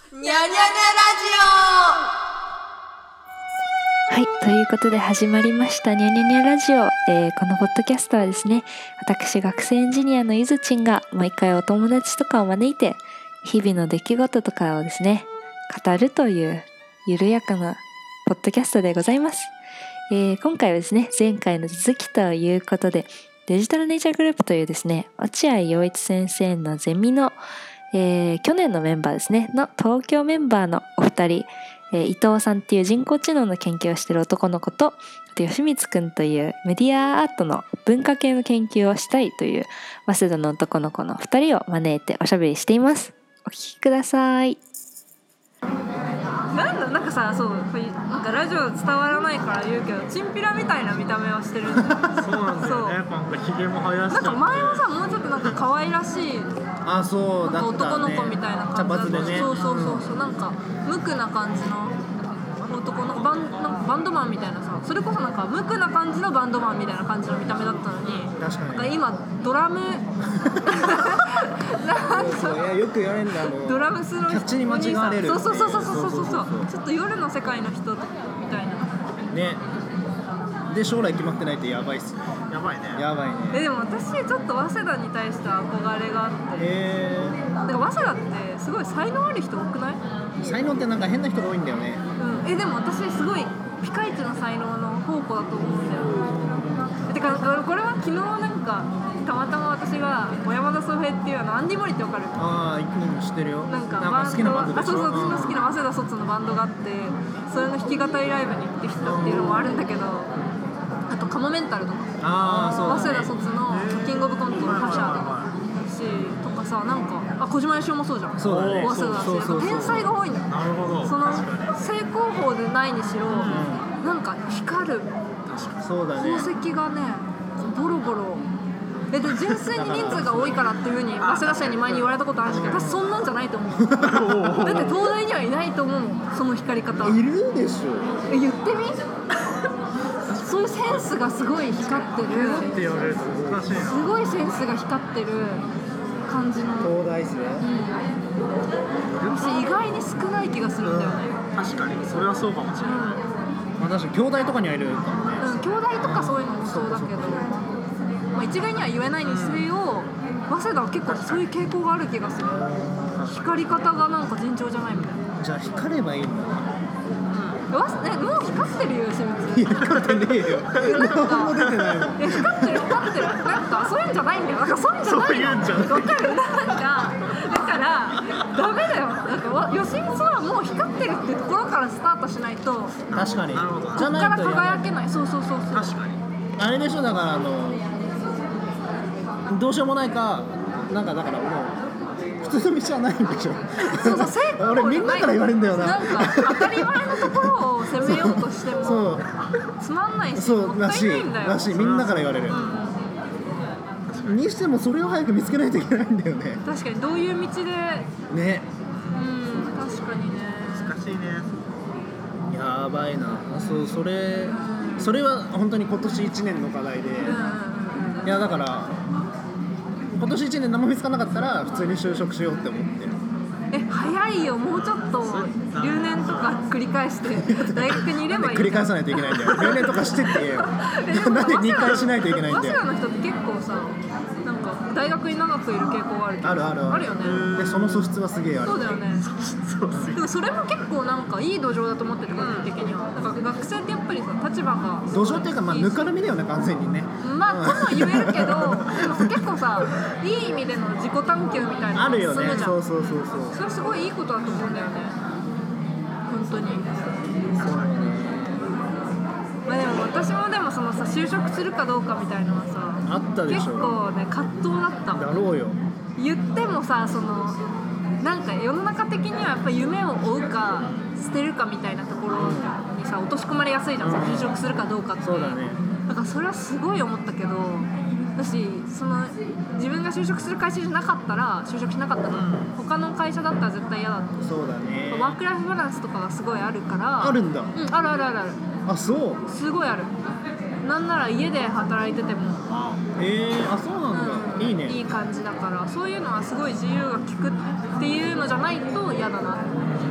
にゃにゃにゃラジオ。はい、ということで始まりましたにゃにゃにゃラジオ。このポッドキャストはですね、私学生エンジニアのゆずちんが毎回お友達とかを招いて日々の出来事とかをですね語るという緩やかなポッドキャストでございます。今回はですね、前回の続きということで、デジタルネイチャーグループというですね、落合陽一先生のゼミの、去年のメンバーですねの東京メンバーのお二人、伊藤さんっていう人工知能の研究をしている男の子と、あと吉光くんというメディアアートの文化系の研究をしたいという早稲田の男の子の二人を招いておしゃべりしています。お聞きください。 なんかさ、そうなんかラジオ伝わらないから言うけど、チンピラみたいな見た目をしてるんだよ。そうなんだよね。なんかヒゲも生やしちゃって、 なんか前はさ、もうちょっとなんか可愛らしい、 あ、そうだったね、 男の子みたいな感じだった。 茶髪でね。 そう、なんか無垢な感じの男のなんかバンドマンみたいなさ、それこそなんか無垢な感じのバンドマンみたいな感じの見た目だったのに、 確かになんか今ドラムそういや、よく言われるんだ、 ドラムスのキャッチに間違われる。 そうちょっと夜の世界の人みたいなね。で将来決まってないってやばいっすよ。やばいね。 でも私ちょっと早稲田に対して憧れがあって、だから早稲田ってすごい才能ある人多くない？ 才能ってなんか変な人が多いんだよね。 でも私すごいピカイチの才能の宝庫だと思うんだよ。てかこれは昨日なんかたまたま私が小山田宗平っていうアンディモリってわかる？ ああ、知ってるよ。 なんか好きなバンドでしょ。 そう私の好きな早稲田卒のバンドがあって、それの弾き語りライブに行ってきたっていうのもあるんだけど、あとカモメンタルとか、早稲田卒のキングオブコントの覇者だしとかさ、なんか小島よしおもそうじゃん。 そうだね。 早稲田だし、天才が多いんだよ。 なるほど。 その正攻法でないにしろ、なんか光る宝石がね、ボロボロ。純粋に人数が多いからっていう風に早稲田社に前に言われたことあるんですけど、私そんなんじゃないと思う。だって東大にはいないと思うもん、その光り方。 いるでしょ。 言ってみ。そういうセンスがすごい光ってる。 って言われると難しいな。 すごいセンスが光ってる感じの。 東大っすね。 私意外に少ない気がするんだよね。 確かにそれはそうかもしれない。まあ確かに兄弟とかにはいるかもね。 兄弟とかそういうのもそうだけど、一概には言えないにせよ、早稲田は結構そういう傾向がある気がする。光り方がなんか尋常じゃないみたいな。 じゃあ光ればいいんだ。 もう光ってるよ、清水。 光ってねえよ。何も出てないもん。 光ってる。なんかそういうんじゃないんだよ。なんかそういうんじゃないの。わかる？だからダメだよ。なんか吉光はもう光ってるっていうところからスタートしないと。 確かに。 こっから輝けない。そう。確かに。あれでしょ、だからどうしようもないか、なんかだからもう普通の道はないんでしょ。 そう俺みんなから言われるんだよな。 なんか当たり前のところを攻めようとしてもつまんないし、もったいないんだよ。 らしいみんなから言われる。にしてもそれを早く見つけないといけないんだよね。 確かに、どういう道でね。 確かにね。 難しいね。やばいな。それは本当に今年1年の課題で、いやだから今年1年何も見つからなかったら普通に就職しようって思ってる。 早いよ。もうちょっと留年とか繰り返して大学にいればいい。 繰り返さないといけないんだよ。留年とかしてって言えよ。なんで2回しないといけないんだよ。 早稲田の人って結構さ、なんか大学に長くいる傾向があるけど。あるよね。 でその素質はすげえある。 そうだよね。でもそれも結構なんかいい土壌だと思ってて、個人的には。なんか学生ってやっぱりさ、立場が土壌っていうか、ぬかるみだよね、完全にね。 とも言えるけど、でも結構さ、いい意味での自己探求みたいなのが進むじゃん。 あるよね。そう。 それすごいいいことだと思うんだよね、本当に。 そうだね。 でも私もそのさ、就職するかどうかみたいなのはさ、 あったでしょ。 結構ね、葛藤だった。 だろうよ。 言ってもさ、なんか世の中的にはやっぱ夢を追うか捨てるかみたいなところにさ、落とし込まれやすいじゃん、就職するかどうかって。 そうだね。 だからそれはすごい思ったけど、私自分が就職する会社じゃなかったら就職しなかったの。他の会社だったら絶対嫌だった。 そうだね。 ワークライフバランスとかがすごいあるから。 あるんだ。 ある。 あ、そう。 すごいある。なんなら家で働いててもそうなんだ、いいね。 いい感じだから、そういうのはすごい自由が利くっていうのじゃないと嫌だな。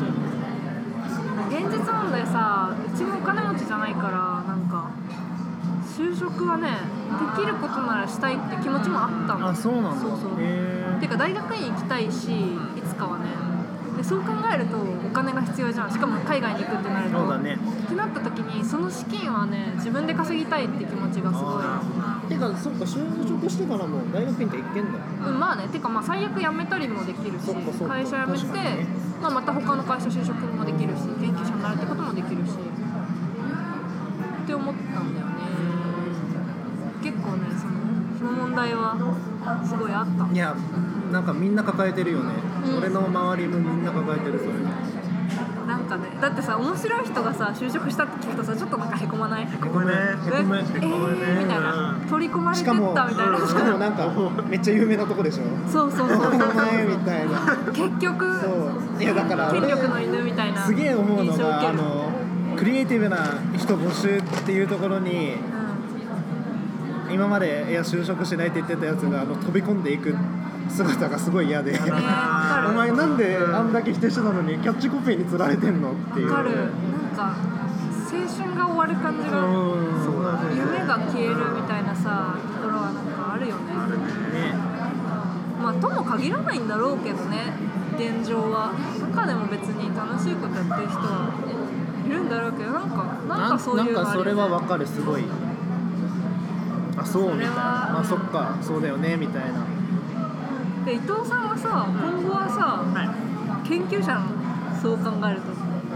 ないから、なんか就職はねできることならしたいって気持ちもあったの。 あ、そうなんだ。 そうそう。てか大学院行きたいし、いつかはね。でそう考えるとお金が必要じゃん。しかも海外に行くってなると。 そうだね。 ってなった時にその資金はね自分で稼ぎたいって気持ちがすごい。 てかそっか、就職してからも大学院って行けんだよ。 まあね、てかまあ最悪辞めたりもできるし、会社辞めて、まあ、また他の会社就職もできるし、研究者になるってこともできるしって思ったんだよね。結構ねその問題はすごいあった。 いや、なんかみんな抱えてるよね、俺の周りもみんな抱えてる。それなんかね、だってさ、面白い人がさ就職したって聞くとさ、ちょっとなんかへこまない？へこむね。 みたいな、取り込まれてったみたいな。 しかもなんかめっちゃ有名なとこでしょ。 そうそうそうそうお前みたいな。 結局そういやだから権力の犬みたいな。 すげえ思うのがクリエイティブな人募集っていうところに、今までいや就職しないって言ってたやつが飛び込んでいく姿がすごい嫌で、お前なんであんだけ否定してたのにキャッチコピーに釣られてんのっていう。 わかる。なんか青春が終わる感じが、夢が消えるみたいなさところはなんかあるよね。まあとも限らないんだろうけどね、現状は。中でも別に楽しいことやってる人はいるんだろうけど、なんかそういうのあるよね。なんかそれはわかる。すごい、あ、そうみたいな、あ、そっか、そうだよねみたいな。 で伊藤さんはさ、今後はさ、研究者なの？そう考えると。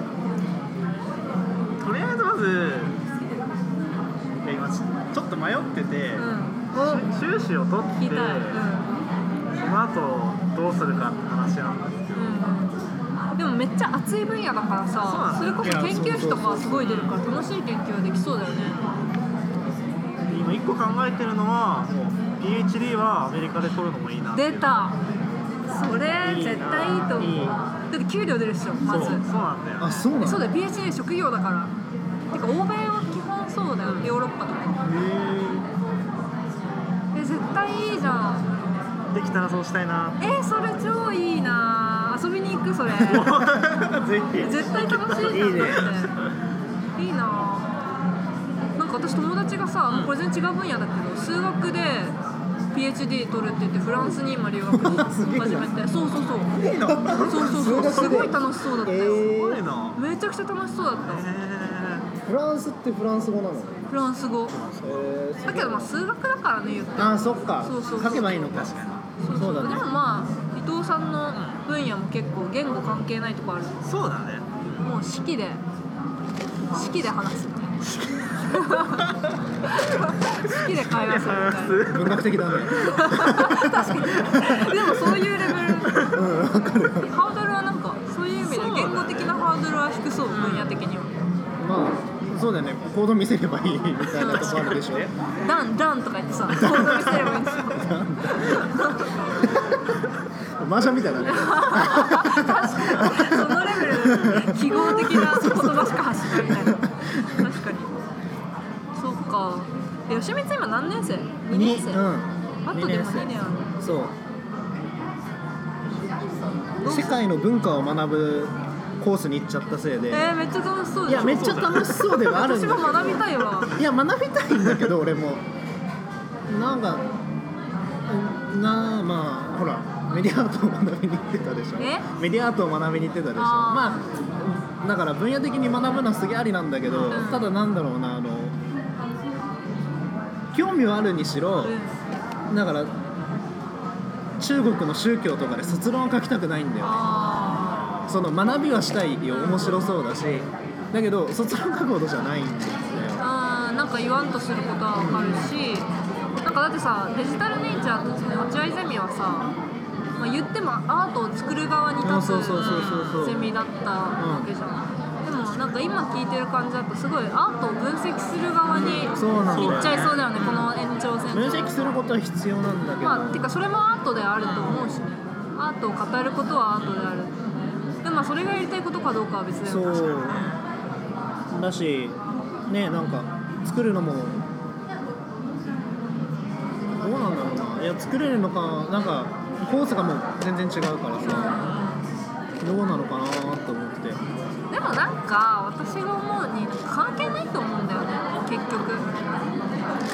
とりあえずまず今ちょっと迷ってて、修士を取って、その後どうするかって話なんですけど、 でもめっちゃ熱い分野だからさ、それこそ研究費とかすごい出るから楽しい研究はできそうだよね。 今1個考えてるのは、もう PhD はアメリカで取るのもいいなっていう。 出た。それ絶対いいと思う。だって給料出るっしょ、まず。 そうなんだよ、ね。 あ、そうなんだ。 そうだよ、PhD 職業だから。てか欧米は基本そうだよ、ヨーロッパとか。絶対いいじゃん。 できたらそうしたいな。 それ超いいな。遊びに行く、それ。 ぜひ。 絶対楽しいじゃん。 いいね。 いいな。なんか私友達がさ、これ全然違う分野だけど、数学で PhD 取るって言ってフランスに今留学始めて、そうすごい楽しそうだったよ。めちゃくちゃ楽しそうだった。 フランスってフランス語なの？ フランス語。だけどまあ数学だからね、言って。 あ、そっか。 そう書けばいいのか。そうだね。 でもまあ伊藤さんの分野も結構言語関係ないとこある。 そうだね。 もう式で話すみたいな。式で会話するみたいな。 文学的だね。 確かに。でもそういうレベル。ハードルはなんかそういう意味で言語的なハードルは低そう、分野的には。 まあそうだよね。コード見せればいいみたいなとこあるでしょ。 ダンとか言ってさ、コード見せればいいんですよ。 マージャンみたいだね。 確かにそのレベルで記号的な言葉しか発しないみたいな。確かに。そうか。吉光今何年生？2年生。あとでも2年ある。 そう。世界の文化を学ぶコースに行っちゃったせいで。 めっちゃ楽しそうでしょ。 いやめっちゃ楽しそうではあるんだけど。 私も学びたいわ。 いや学びたいんだけど俺もなんかまあほら。メディアアートを学びに行ってたでしょ。メディアアートを学びに行ってたでしょ。まあだから分野的に学ぶのはすげえありなんだけど、ただなんだろうな、興味はあるにしろ、だから中国の宗教とかで卒論を書きたくないんだよね。その学びはしたいよ、面白そうだし、だけど卒論書くほどじゃないんだよね。 なんか言わんとすることは分かるし、なんかだってさ、デジタルネイチャーと落合ゼミはさ、言ってもアートを作る側に立つゼミだったわけじゃん。でもなんか今聞いてる感じだとすごいアートを分析する側に行っちゃいそうだよね、この延長線上。 分析することは必要なんだけど、 てかそれもアートであると思うしね。アートを語ることはアートである。でもそれがやりたいことかどうかは別だよね。 そうだしね、なんか作るのもどうなんだろうな。いや作れるのか、なんかコースがもう全然違うからさ、どうなのかなと思って。 でもなんか私が思うに関係ないと思うんだよ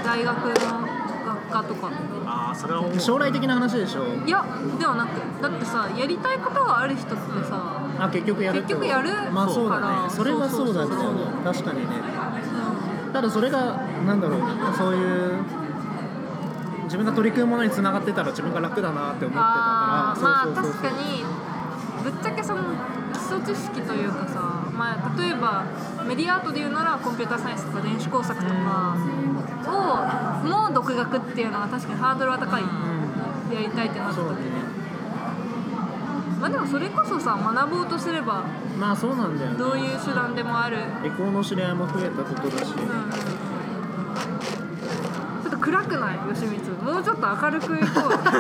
大学の学科とか。 ああ、それは思う。 将来的な話でしょ。 いやではなく、だってさ、やりたいことがある人ってさ、 結局やるってこと。 結局やるまあそうだからね。それはそうだったよね。確かにね。ただそれがなんだろう、そういう自分が取り組むものに繋がってたら自分が楽だなって思ってたから。 まあそう確かにぶっちゃけその基礎知識というかさ、まあ例えばメディアアートで言うならコンピューターサイエンスとか電子工作とかをもう独学っていうのは確かにハードルは高い、やりたいってなった時に、まあでもそれこそさ、学ぼうとすればまあそうなんだよね。 どういう手段でもある。 エコーの知り合いも増えたことだし、 ちょっと暗くない？吉光、もうちょっと明るくいこう。 確か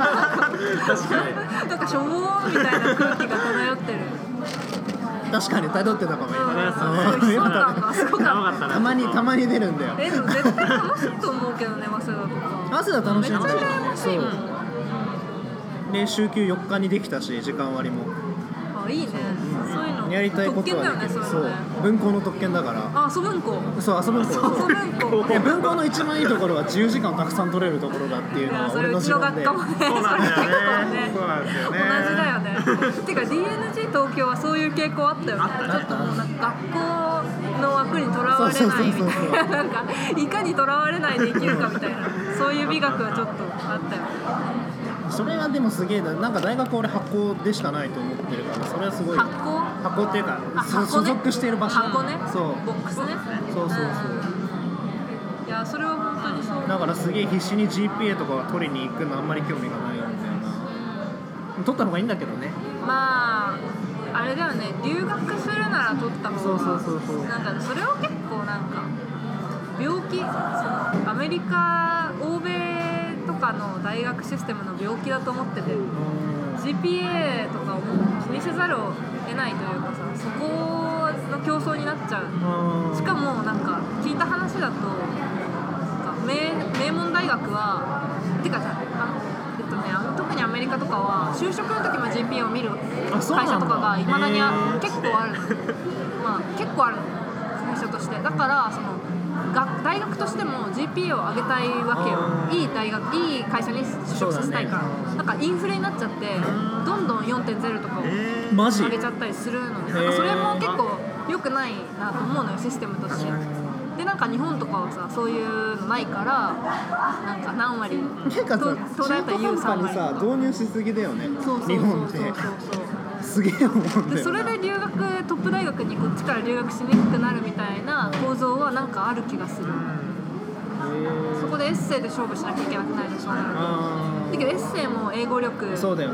に。 なんかしょぼーんみたいな空気が漂ってる。 確かに漂ってたかも今ね。 悲壮感がすごかった。 たまに出るんだよ。 でも絶対楽しいと思うけどね、早稲田とか。 早稲田楽しいんだよね。 そう。 で週休4日にできたし、時間割も。 あ、いいね。そういうの。 やりたいことはできる。 特権だよね、そういうのね。 文校の特権だから。 あ、遊ぶんこ。 そう、遊ぶんこ。文校の一番いいところは自由時間をたくさん取れるところだっていうのは俺の自慢で。 そうなんだよね。 そうなんですよね。 同じだよね。てか DNG 東京はそういう傾向あったよね。ちょっともうなんか学校の枠にとらわれないみたいな、なんかいかにとらわれないで生きるかみたいな、そういう美学はちょっとあったよ。 それはでもすげえな。なんか大学俺発校でしかないと思ってるから、それはすごい。 発校っていうか、所属している場所。 箱ね。 そう。 ボックスね。 そう。 いや、それは本当にそう。 だからすげえ必死に GPA とかは取りに行くのあんまり興味がないみたいな。取った方がいいんだけどね。 まああれだよね、留学するなら取った方が。 そうなんかそれを結構なんか病気、そのアメリカ、欧米とかの大学システムの病気だと思ってて、GPA とかを気にせざるを得ないというかさ、そこの競争になっちゃう。しかもなんか聞いた話だと、なんか名門大学はてかさ、特にアメリカとかは就職の時も GPA を見る会社とかがいまだに結構あるの。まあ結構あるの、会社として。だからその大学としても GPA を上げたいわけよ。いい大学、いい会社に就職させたいから。なんかインフレになっちゃってどんどん 4.0 とかを上げちゃったりするのね。なんかそれも結構良くないなと思うのよ、システムとして。でなんか日本とかはさ、そういうのないから、なんか何割なんかさ、中途半端にさ導入しすぎだよね。日本ってすげえ思うんだよ。 でそれで留学、トップ大学にこっちから留学しにくくなるみたいな構造はなんかある気がする。そこでエッセイで勝負しなきゃいけなくなるでしょ。だけどエッセイも英語力がすごい、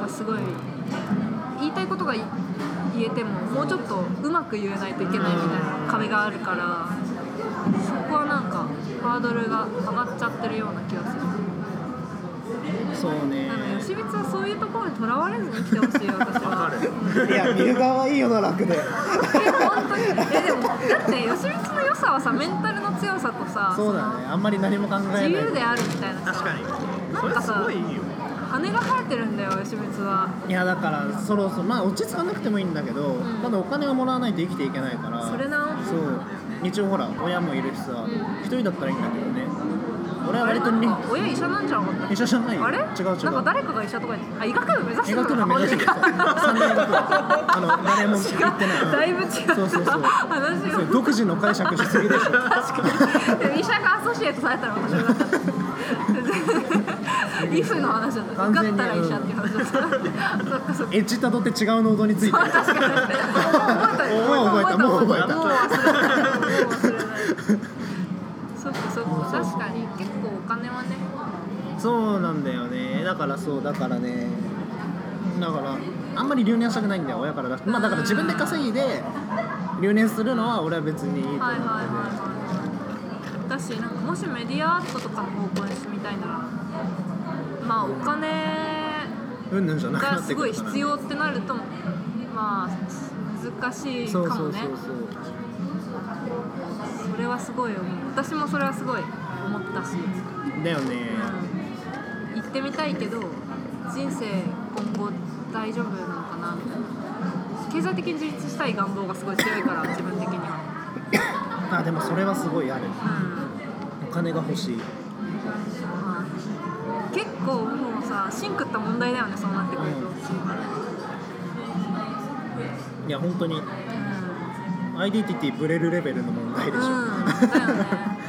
言いたいことが言えてももうちょっとうまく言えないといけないみたいな壁があるから、そこはなんかハードルが上がっちゃってるような気がする。 そうね。 吉光はそういうところにとらわれずに生きてほしいよ、私は。 いや、見る側はいいよな、楽で。 本当に。でもだって吉光の良さはさ、メンタルの強さとさ、 そうだね、あんまり何も考えない。 自由であるみたいなさ。 確かに。 なんかさ、 それすごいいいよ。 羽が生えてるんだよ、吉光は。 いやだからそろそろまあ落ち着かなくてもいいんだけど、ただお金をもらわないと生きていけないから。 それな。 そう一応ほら親もいるしさ、一人だったらいいんだけどね。俺は割とね。 親医者なんじゃなかった？ 医者じゃないよ。 あれ？ 違う。 なんか誰かが医者とかに、医学部目指してるのか。 医学部目指してる。3年医学部。誰も言ってない。 だいぶ違った話を。 独自の解釈しすぎでしょ。 確かに。でも医者がアソシエイトされたら面白かった。イフの話だった。受かったら医者っていう話だった。そっかそっか。 エッジタドって違うノードについて。 確かに。 もう覚えた。 そっか確かに結構お金はね。 そうなんだよね。だからね。だからあんまり留年したくないんだよ、親から出して。まあだから自分で稼いで留年するのは俺は別にいいと思って。 だしなんかもしメディアアートとかの方向にしてみたいなら、まあお金がすごい必要ってなるとまあ難しいかもね。それはすごい思う。私もそれはすごい思ったし。 だよね。 行ってみたいけど人生今後大丈夫なのかなみたいな。経済的に自立したい願望がすごい強いから自分的には。 でもそれはすごいある。 金が欲しい。 結構もうさシンクった問題だよね、そうなってくると、 いや本当に、アイデンティティブレるレベルの問題でしょ、 だよね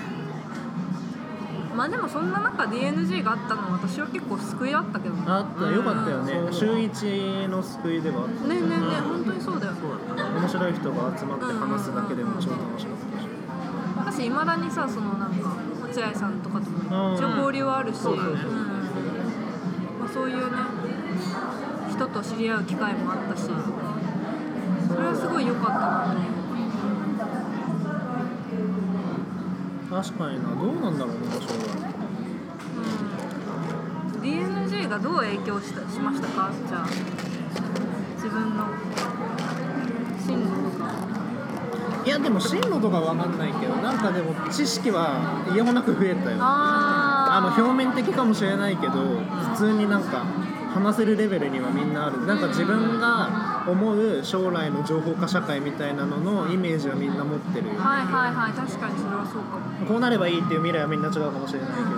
まあでもそんな中 DNG があったのは私は結構救いだったけどね。 あったよかったよね、週一の救いではあったね本当にそうだよ。 面白い人が集まって話すだけでも超楽しかったし、 私いまだにさ、そのなんか落合さんとかとも一応交流はあるし、まあ、そういうね人と知り合う機会もあったし、それはすごい良かったなと思う。 確かにな、どうなんだろうね、場所は。 DNG がどう影響しましたか？じゃあ自分の進路とか。 いやでも進路とかわかんないけど、なんかでも知識は嫌もなく増えたよ。表面的かもしれないけど、普通になんか話せるレベルにはみんなある。なんか自分が思う将来の情報化社会みたいなののイメージはみんな持ってるよ。 はい確かにそれはそうかも。 こうなればいいっていう未来はみんな違うかもしれないけど、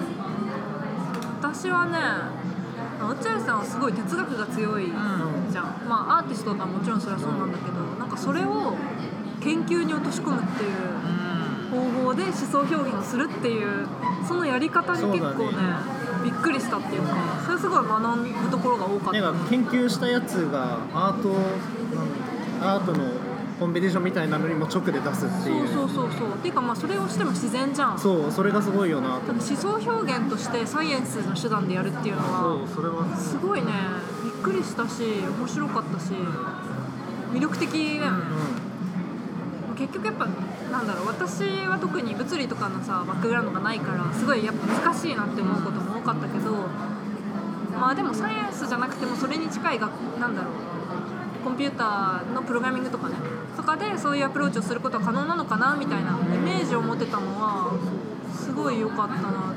私はね、落合さんはすごい哲学が強いじゃん、まあアーティストとはもちろんそれはそうなんだけど、なんかそれを研究に落とし込むっていう方法で思想表現をするっていうそのやり方に結構ねびっくりしたっていうか、それすごい学ぶところが多かった。 なんか研究したやつがアートのコンペティションみたいなのにも直で出すっていう。 そうっていうか、まあそれをしても自然じゃん。 そう、それがすごいよな。 思想表現としてサイエンスの手段でやるっていうのはすごいね、びっくりしたし面白かったし魅力的だよね。結局やっぱなんだろう、私は特に物理とかのさバックグラウンドがないからすごいやっぱ難しいなって思うことも多かったけど、まあでもサイエンスじゃなくてもそれに近いなんだろう、コンピューターのプログラミングとかねとかでそういうアプローチをすることは可能なのかなみたいなイメージを持てたのはすごい良かったなと思う。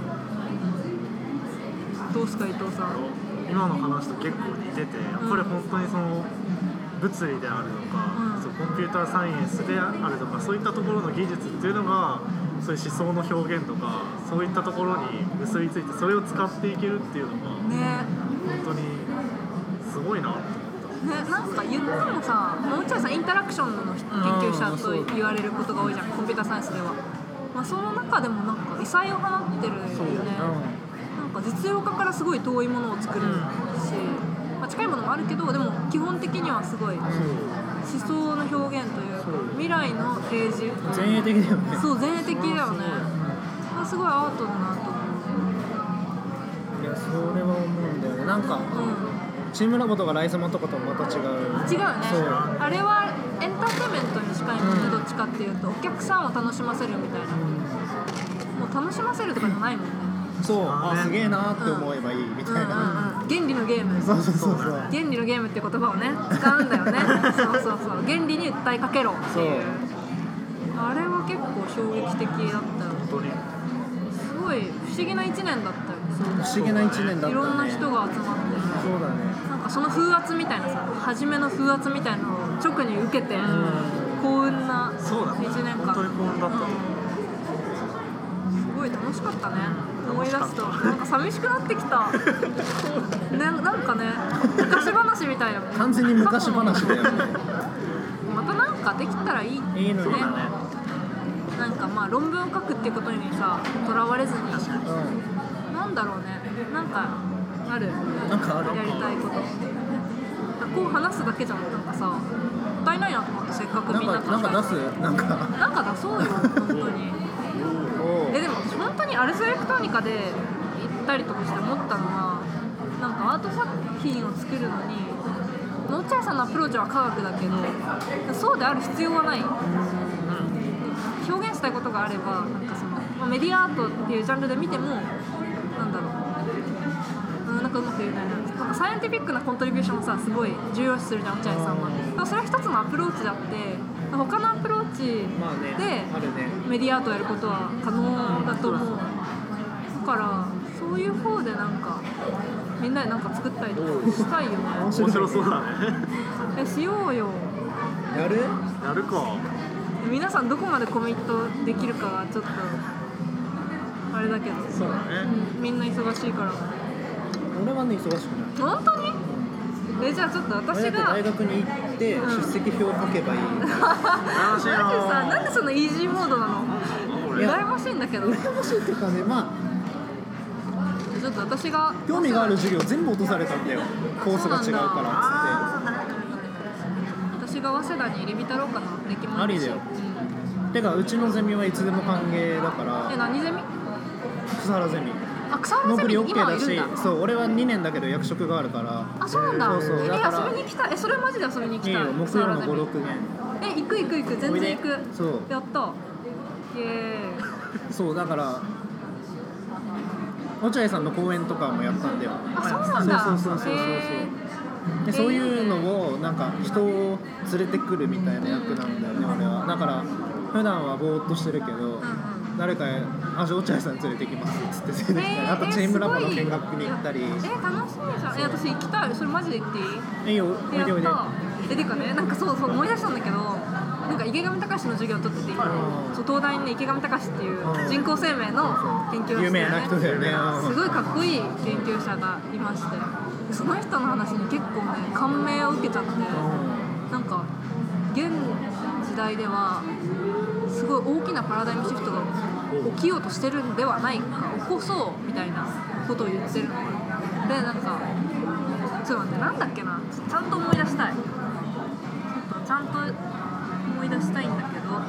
どうすか伊藤さん。 今の話と結構似てて、やっぱり本当にその物理であるとか、そうコンピューターサイエンスであるとか、そういったところの技術っていうのがそういう思想の表現とかそういったところに結びついて、それを使っていけるっていうのがね本当にすごいなと思った。 ね、なんか言ってもさ、落合さんインタラクションの研究者と言われることが多いじゃん、コンピューターサイエンスでは。まあ、その中でもなんか異彩を放ってるよね。なんか実用化からすごい遠いものを作るし、まあ、近いものもあるけど、でも基本的にはすごい思想の表現というか未来の提示、 前衛的だよね。 そう前衛的だよね。すごいアートだなと思う。 いや、それは思うんだよね。なんか、チームラボとかライズマとかともまた違うよね。あれはエンターテインメントに近いもんね、どっちかっていうとお客さんを楽しませるみたいな、もう楽しませるとかじゃないもんね。そう、すげえなって思えばいいみたいな、 原理のゲーム。 そう原理のゲームって言葉をね使うんだよね。そう原理に訴えかけろっていう。あれは結構衝撃的だったよ。すごい不思議な1年だったよ。 不思議な1年だったね。 いろんな人が集まって、 そうだね。 なんかその風圧みたいなさ、初めの風圧みたいなのを直に受けて、幸運な1年間。 本当に幸運だった。 すごい楽しかったね。思い出すとなんか寂しくなってきた。ね、なんかね、昔話みたいな。 完全に昔話だよね。 またなんかできたらいいね。 いいのね。 なんかまあ論文を書くっていうことにさ、とらわれずに、なんだろうね、なんかあるやりたいこと。こう話すだけじゃん、なんかさ、もったいないなと思って、せっかくみんなとなんか出す？なんか出そうよ、本当に。でも本当にアルスエレクトロニカで行ったりとかして思ったのは、なんかアート作品を作るのに落合さんのアプローチは科学だけど、そうである必要はない。表現したいことがあれば、なんかその、メディアアートっていうジャンルで見ても、なんだろう、なんかうまく言えないな。なんかサイエンティフィックなコントリビューションをさ、すごい重要視するじゃん、落合さんは。だからそれは一つのアプローチであって、他のアプローチでメディアアートをやることは可能だと思う。だからそういう方でなんかみんなでなんか作ったりとかしたいよね。 面白そうだね。 しようよ。 やるか。 皆さんどこまでコミットできるかがちょっとあれだけど、 そうだね、 みんな忙しいから。 俺はね忙しくない。 本当に？じゃあちょっと私が大学に行って出席表を書けばいい。 楽しいよさ、なんでそのイージーモードなの？羨ましいんだけど。 羨ましいっていうかね、まあちょっと私が興味がある授業全部落とされたんだよ。コースが違うからっつって。 私が早稲田に入れみたろうかな。できます。 ありだよ。てかうちのゼミはいつでも歓迎だから。 何ゼミ？ 草原ゼミ。 あ、草原ゼミ今はいるんだ。 そう、俺は2年だけど役職があるから。 あ、そうなんだ。 そうだから遊びに来たい。それマジで遊びに来たい。 いいよ、木曜の5、6限。 行く全然行く。 そうやったイエーイ。 そうだから落合さんの講演とかもやったんだよ。 あ、そうなんだ。 そうでそういうのをなんか人を連れてくるみたいな役なんだよね、俺は。だから普段はぼーっとしてるけど、誰かじゃあ落合さん連れてきますっつって連れてきたり、あとチームラボの見学に行ったり。 楽しみじゃん。私行きたい。それマジで行っていい？ いいよ、おいでおいで。 てかね、なんかそう思い出したんだけど、なんか池上隆の授業を取ってて、そう東大にね池上隆っていう人工生命の研究をして、 有名な人だよね。 すごいかっこいい研究者がいまして、その人の話に結構ね感銘を受けちゃって、なんか現時代ではすごい大きなパラダイムシフトが起きようとしてるんではないか、起こそうみたいなことを言ってるので、なんかちょっと待って、なんだっけな、ちゃんと思い出したい。ちゃんと思い出したいんだけど、ち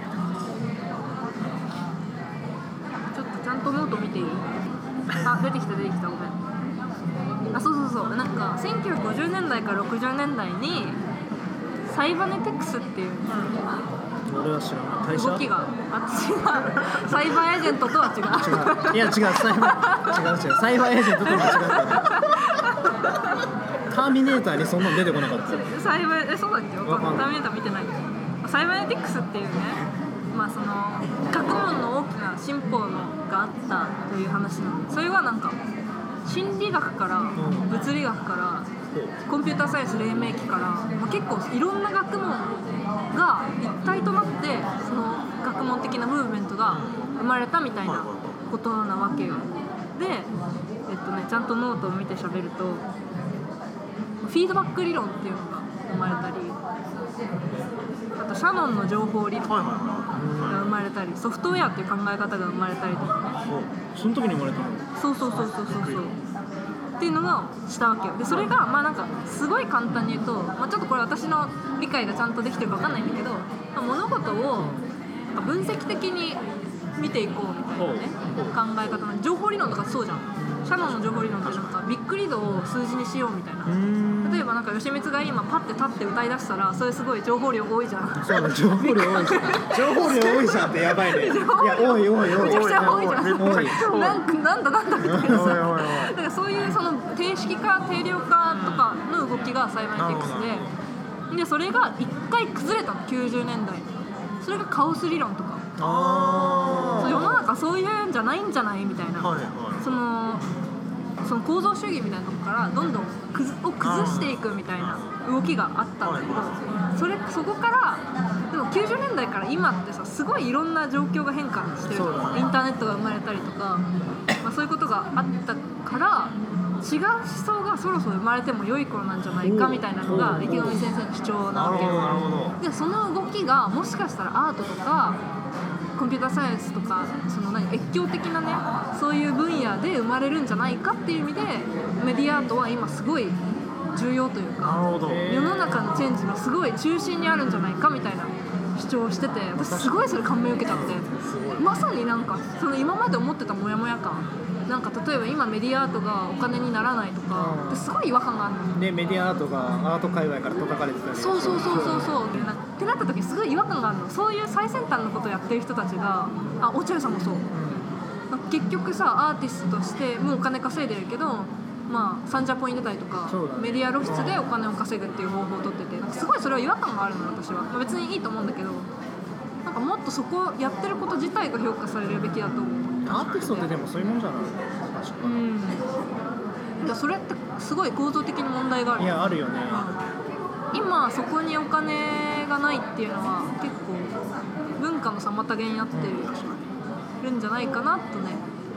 ょっとちゃんとノート見ていい？あ、出てきたごめん。あ、そうなんか1950年代から60年代にサイバネテクスっていう俺は知らない。会社？ 動きがサイバーエージェントとは違う。 いや違う、サイバーエージェントと間違ったね。ターミネーターにそんなの出てこなかった。 サイバーそうだっけ？ターミネーター見てない。サイバーネティクスっていうね、まあその学問の大きな進歩があったという話なので、それはなんか心理学から物理学からコンピューターサイエンス黎明期から、まあ、結構いろんな学問が一体となってその学問的なムーブメントが生まれたみたいなことなわけよ。で、ちゃんとノートを見て喋ると、フィードバック理論っていうのが生まれたり、あとシャノンの情報理論が生まれたり、ソフトウェアっていう考え方が生まれたりとかね。 その時に生まれたの？そうっていうのがしたわけよ。でそれがまあなんかすごい簡単に言うと、まあ、ちょっとこれ私の理解がちゃんとできてるか分かんないんだけど、まあ、物事を分析的に見ていこうみたいなね考え方の情報理論とかそうじゃん。シャノンの情報理論ってなんかビッグリードを数字にしようみたいな。例えばなんか吉光が今パッて立って歌い出したらそれすごい情報量多いじゃん。 そうだ、情報量多いじゃん。情報量多いじゃんってやばいね。いや多い。 めちゃくちゃ多いじゃん。 多い。 なんだみたいなさ。だからそういうその定式化定量化とかの動きがサイバーネティクスで、それが一回崩れたの90年代。それがカオス理論とか。そう世の中そういうんじゃないんじゃないみたいな。その構造主義みたいなとこからどんどん崩していくみたいな動きがあったんだけど、そこからでも90年代から今ってさすごいいろんな状況が変化してる。インターネットが生まれたりとか、まあ、そういうことがあったから違う思想がそろそろ生まれても良い頃なんじゃないかみたいなのが池上先生の主張なわけで、その動きがもしかしたらアートとかコンピューターサイエンスとかその越境的なねそういう分野で生まれるんじゃないかっていう意味でメディアアートは今すごい重要というか世の中のチェンジのすごい中心にあるんじゃないかみたいな主張をしてて、私すごいそれ感銘を受けちゃって、まさになんかその今まで思ってたモヤモヤ感、なんか例えば今メディアアートがお金にならないとかすごい違和感があるのでメディアアートがアート界隈から叩かれてたりそうってなった時すごい違和感があるの。そういう最先端のことをやってる人たちが落合さんもそう、結局さアーティストとしてもうお金稼いでるけどまあサンジャポに出たりとか、メディア露出でお金を稼ぐっていう方法を取ってて、なんかすごいそれは違和感があるの私は、別にいいと思うんだけど、なんかもっとそこやってること自体が評価されるべきだと思う。 アーティストってでもそういうもんじゃない？確かに。 それってすごい構造的に問題がある。 いやあるよね。 今そこにお金がないっていうのは結構文化の妨げになってるんじゃないかなとね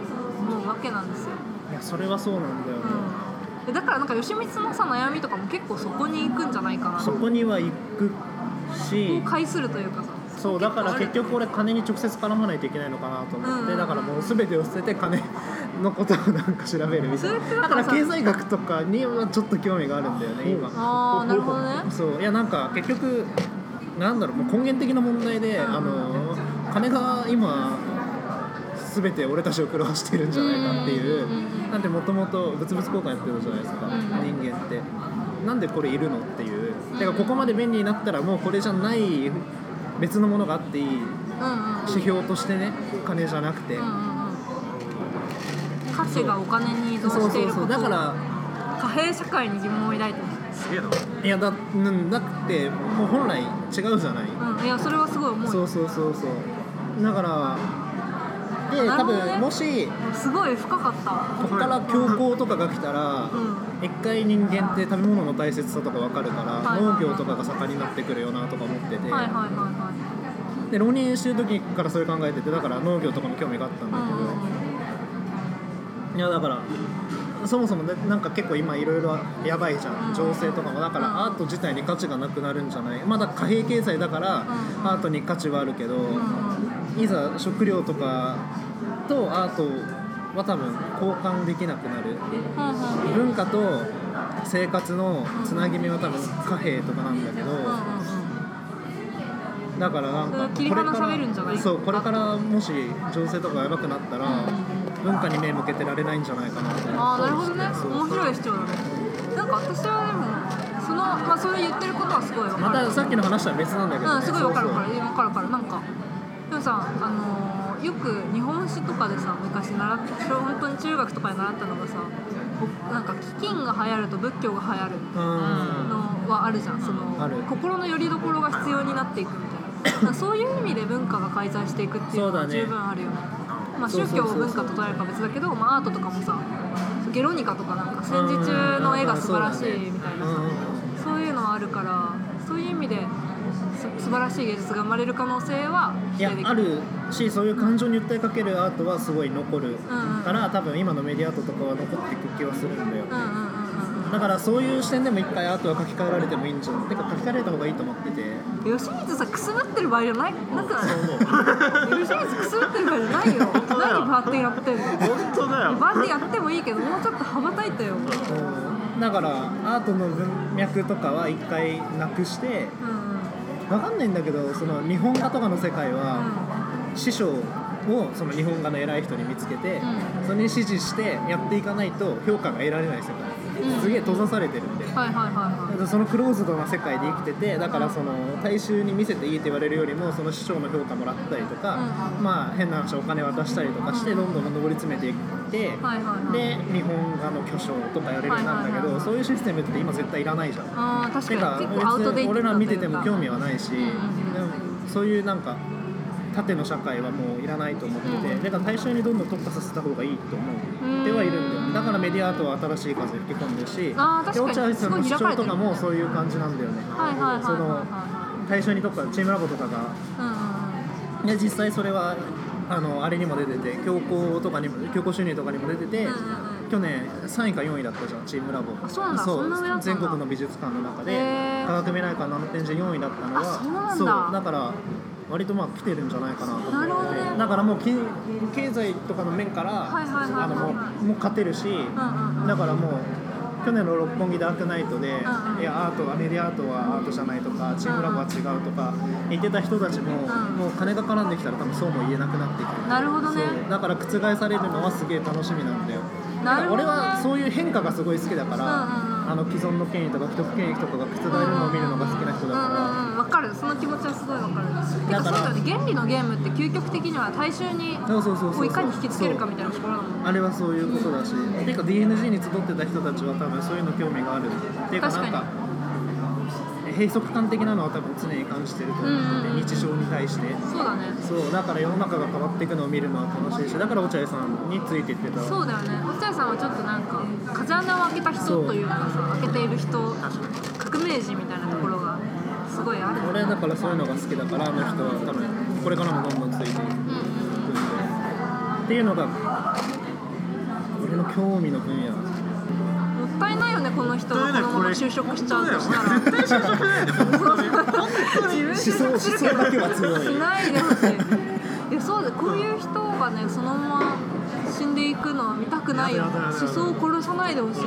思うわけなんですよ。 いやそれはそうなんだよね、 だからなんか吉光のさ悩みとかも結構そこに行くんじゃないかな。 そこには行くし、 介するというかさ、 そうだから結局俺金に直接絡まないといけないのかなと思って、だからもう全てを捨てて金のことをなんか調べるみたいな。だから経済学とかにはちょっと興味があるんだよね今。 ああなるほどね。 そういやなんか結局なんだろう、もう根源的な問題で、金が今全て俺たちを狂わしてるんじゃないかっていう、なんでもともと物々交換やってるじゃないですか、人間ってなんでこれいるのっていう、だからここまで便利になったらもうこれじゃない別のものがあっていい、指標としてね、金じゃなくて、 価値がお金に依存していることを、 だから貨幣社会に疑問を抱いてる。 すげえな。 いやだってもう本来違うじゃない、 いやそれはすごい思う。 そうだからで、多分もしすごい深かった。 ここから恐慌とかが来たら、一回人間って食べ物の大切さとか分かるから、農業とかが盛んになってくるよなとか思ってて、で浪人してる時からそれ考えてて、だから農業とかも興味があったんだけど、いやだからそもそもなんか結構今いろいろやばいじゃん、情勢とかも。だからアート自体に価値がなくなるんじゃない、まだ貨幣経済だからアートに価値はあるけど、いざ食料とかとアートは多分交換できなくなる、文化と生活のつなぎ目は多分貨幣とかなんだけど、だからなんか切り離されるんじゃない？ そうこれからもし情勢とかやばくなったら、文化に目向けてられないんじゃないかなと思って。 ああなるほどね。面白い主張だね。なんか私はでもそういう言ってることはすごい分かる。 またさっきの話とは別なんだけど、ね、 すごい分かるなんかでもさよく日本史とかでさ昔本当に中学とかで習ったのがさ、なんか飢饉が流行ると仏教が流行るのはあるじゃん。その心の拠り所が必要になっていくみたいなそういう意味で文化が介在していくっていうのは十分あるよね。宗教を文化と捉えるか別だけど、アートとかもさゲロニカとかなんか戦時中の絵が素晴らしいみたいなさ、そういうのはあるから、そういう意味で素晴らしい芸術が生まれる可能性はあるし、そういう感情に訴えかけるアートはすごい残るから、多分今のメディアアートとかは残っていく気はするんだよ。だからそういう視点でも一回アートは書き換えられてもいいんじゃん。てか書き換えられた方がいいと思ってて。 吉光さくすぶってる場合じゃなくない？吉光くすぶってる場合じゃないよ。何バーってやってんの？ 本当だよ。 バーってやってもいいけど、もうちょっと羽ばたいたよ。 だからアートの文脈とかは一回なくして、分かんないんだけど、その日本画とかの世界は師匠をその日本画の偉い人に見つけて、それに指示してやっていかないと評価が得られない世界、すげえ閉ざされてるんで、そのクローズドな世界で生きてて、だからその大衆に見せていいって言われるよりも、その師匠の評価もらったりとか、変な話お金渡したりとかしてどんどん上り詰めていって、で日本画の巨匠とかやれるようになるんだけど、そういうシステムって今絶対いらないじゃん。 確かに結構アウトデートだというか、 俺ら見てても興味はないし、でもそういうなんか縦の社会はもういらないと思ってて、だから大衆にどんどん特化させた方がいいと思ってはいるんだよ。だからメディアアートは新しい風吹き込んでるし、落合さんの主張とかもそういう感じなんだよね。その大衆に特化、チームラボとかが、で実際それはあれにも出てて、強行収入とかにも出てて、去年3位か4位だったじゃん、チームラボ。そう全国の美術館の中で科学未来館の展示4位だったのは、そうだから割と来てるんじゃないかなと思ってて、だからもう経済とかの面からもう勝てるし、だからもう去年の六本木ダークナイトで、いやアートはメディアアートはアートじゃないとか、チームラボは違うとか言ってた人たちも、もう金が絡んできたら多分そうも言えなくなってきて、 なるほどね。 だから覆されるのはすげえ楽しみなんだよ。俺はそういう変化がすごい好きだから、既存の権威とか既得権益とかが覆るのを見るのが好きな人だから、 分かる、その気持ちはすごい分かる。てかそうだよね、原理のゲームって究極的には大衆にいかに引きつけるかみたいなところなの。 あれはそういうことだし、てか DNG に集ってた人たちは多分そういうの興味があるっていうか、なんか閉塞感的なのは多分常に感じてると思うので、日常に対して。 そうだね。 そうだから世の中が変わっていくのを見るのは楽しいし、だから落合さんについていってた。 そうだよね。落合さんはちょっとなんか風穴を開けた人というかさ、開けている人、革命児みたいなところがすごいある。 俺だからそういうのが好きだから、あの人は多分これからもどんどんついていくっていうのが俺の興味の分野。 もったいないよねこの人がこのまま就職しちゃうとしたら絶対就職しないで本当に自分就職するけど思想だけは強いしないでほしい。いやそうだ、こういう人がねそのまま死んでいくのは見たくないよ。思想を殺さないでほしい。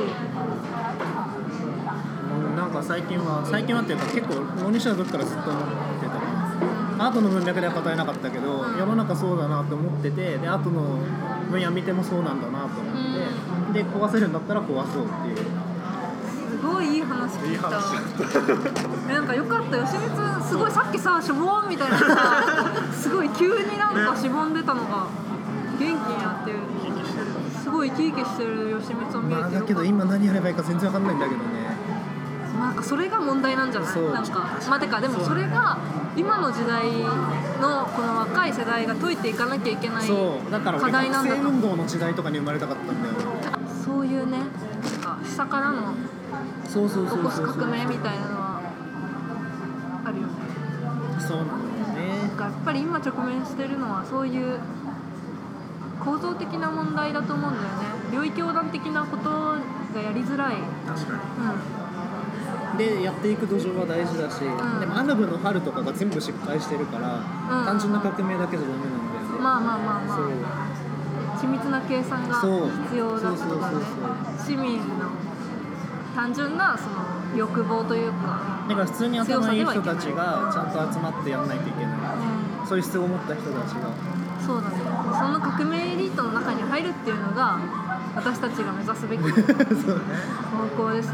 なんか最近はっていうか結構大西は時からずっと思ってたからアートの文脈では語れなかったけど、世の中そうだなって思ってて、でアートの分野見てもそうなんだなと思って、で壊せるんだったら壊そうっていう。 すごいいい話聞いた。なんかよかったよ、吉光すごいさっきさしょぼーんみたいなさすごい急になんかしぼんでたのが元気になってる。すごい生き生きしてる吉光を見れてよかった。 だけど今何やればいいか全然わかんないんだけどね。 なんかそれが問題なんじゃない？なんかまあてかでもそれが今の時代のこの若い世代が解いていかなきゃいけないだから課題なんだと。 学生運動の時代とかに生まれたかったんだよ。 そういうね、なんか下からの起こす革命みたいなのはあるよね。 そうなんだよね。 なんかやっぱり今直面してるのはそういう構造的な問題だと思うんだよね。領域横断的なことがやりづらい。 確かにでやっていく土壌は大事だし、でもアナブの春とかが全部失敗してるから、単純な革命だけじゃダメなんだよね。 まあそう緻密な計算が必要だったとかね。市民の単純なその欲望というか、 だから普通に頭いい人たちがちゃんと集まってやんないといけない、そういう必要を持った人たちが。 そうだね。その革命エリートの中に入るっていうのが私たちが目指すべき方向ですね。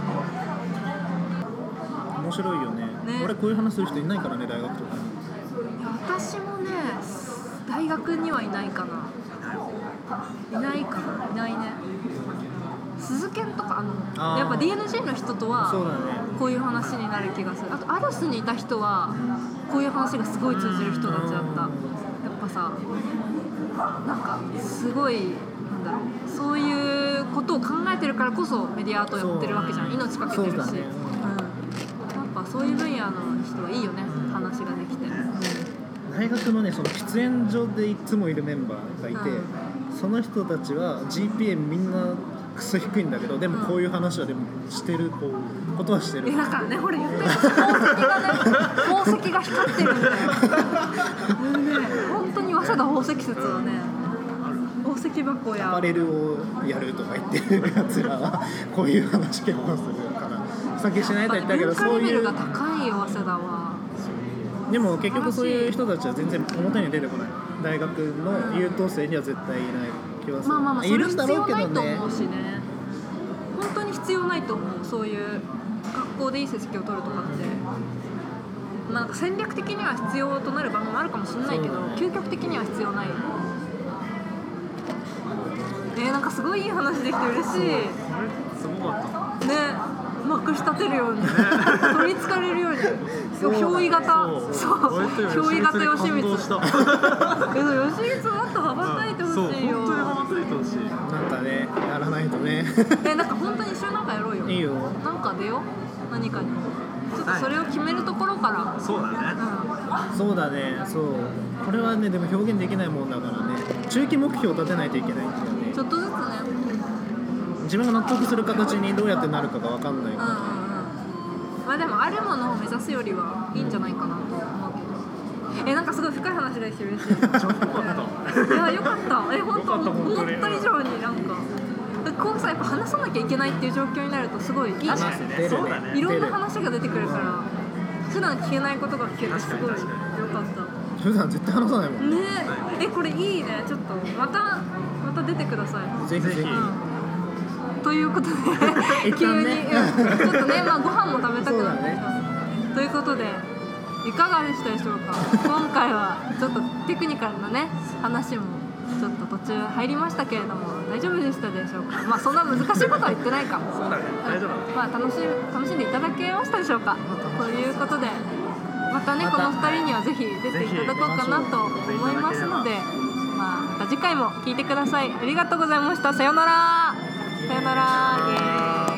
面白いよね。俺こういう話する人いないからね、大学とかに。 私もね大学にはいないかな。いないね。鈴研とかやっぱ DNG の人とはこういう話になる気がする。あとアルスにいた人はこういう話がすごい通じる人たちだった。やっぱさ、なんかすごいなんだろう、そういうことを考えてるからこそメディアアートやってるわけじゃん。命かけてるし、やっぱそういう分野の人はいいよね、話ができて。 大学のね、その喫煙所でいつもいるメンバーがいて、その人たちは GPA みんなクソ低いんだけど、でもこういう話はでもしてることはしてる。 だからね、ほら言ってる宝石が光ってるんだよ。本当に早稲田宝石説はね、宝石箱やアパレルをやるとか言ってるやつらはこういう話結構するから、さっきしないと言ったけど、そういう文化レベルが高いよ早稲田は。 でも結局そういう人たちは全然表に出てこない。大学の優等生には絶対いない気がする。 まあそれ必要ないと思うしね。 本当に必要ないと思う。そういう学校でいい成績を取るとかって、なんか戦略的には必要となる場面もあるかもしれないけど、究極的には必要ない。なんかすごいいい話できて嬉しい。 すごかったね。まくし立てるように取りつかれるように憑依型憑依型吉光吉光もっと羽ばたいてほしいよ。 本当に羽ばたいてほしい。 なんかね、やらないとね。 なんか本当に一緒になんかやろうよ。 いいよ。 なんか出よう、何かに。ちょっとそれを決めるところから。 そうだね、 そうだね。そう、これはね、でも表現できないもんだからね、中期目標を立てないといけないんだよね。 ちょっとずつね、 自分が納得する形にどうやってなるかが分かんないから、 まあでもあるものを目指すよりはいいんじゃないかなと思うけど。なんかすごい深い話できて嬉しい。いや、よかった。本当思った以上になんかこうさ、やっぱ話さなきゃいけないっていう状況になるとすごいいいね。 そうだね。 いろんな話が出てくるから普段聞けないことが聞けてすごいよかった。 普段絶対話さないもんね。これいいね。ちょっとまた出てください。 ぜひぜひ。 ということで急に、ちょっとね、まあご飯も食べたくなってきます、ということでいかがでしたでしょうか。今回はちょっとテクニカルなね話もちょっと途中入りましたけれども、大丈夫でしたでしょうか。まあそんな難しいことは言ってないかも。 そうだね、大丈夫。 まあ楽しんでいただけましたでしょうか。ということでまたね、この2人にはぜひ出ていただこうかなと思いますので、また次回も聞いてください。ありがとうございました。さようなら。さよなら。イエーイ。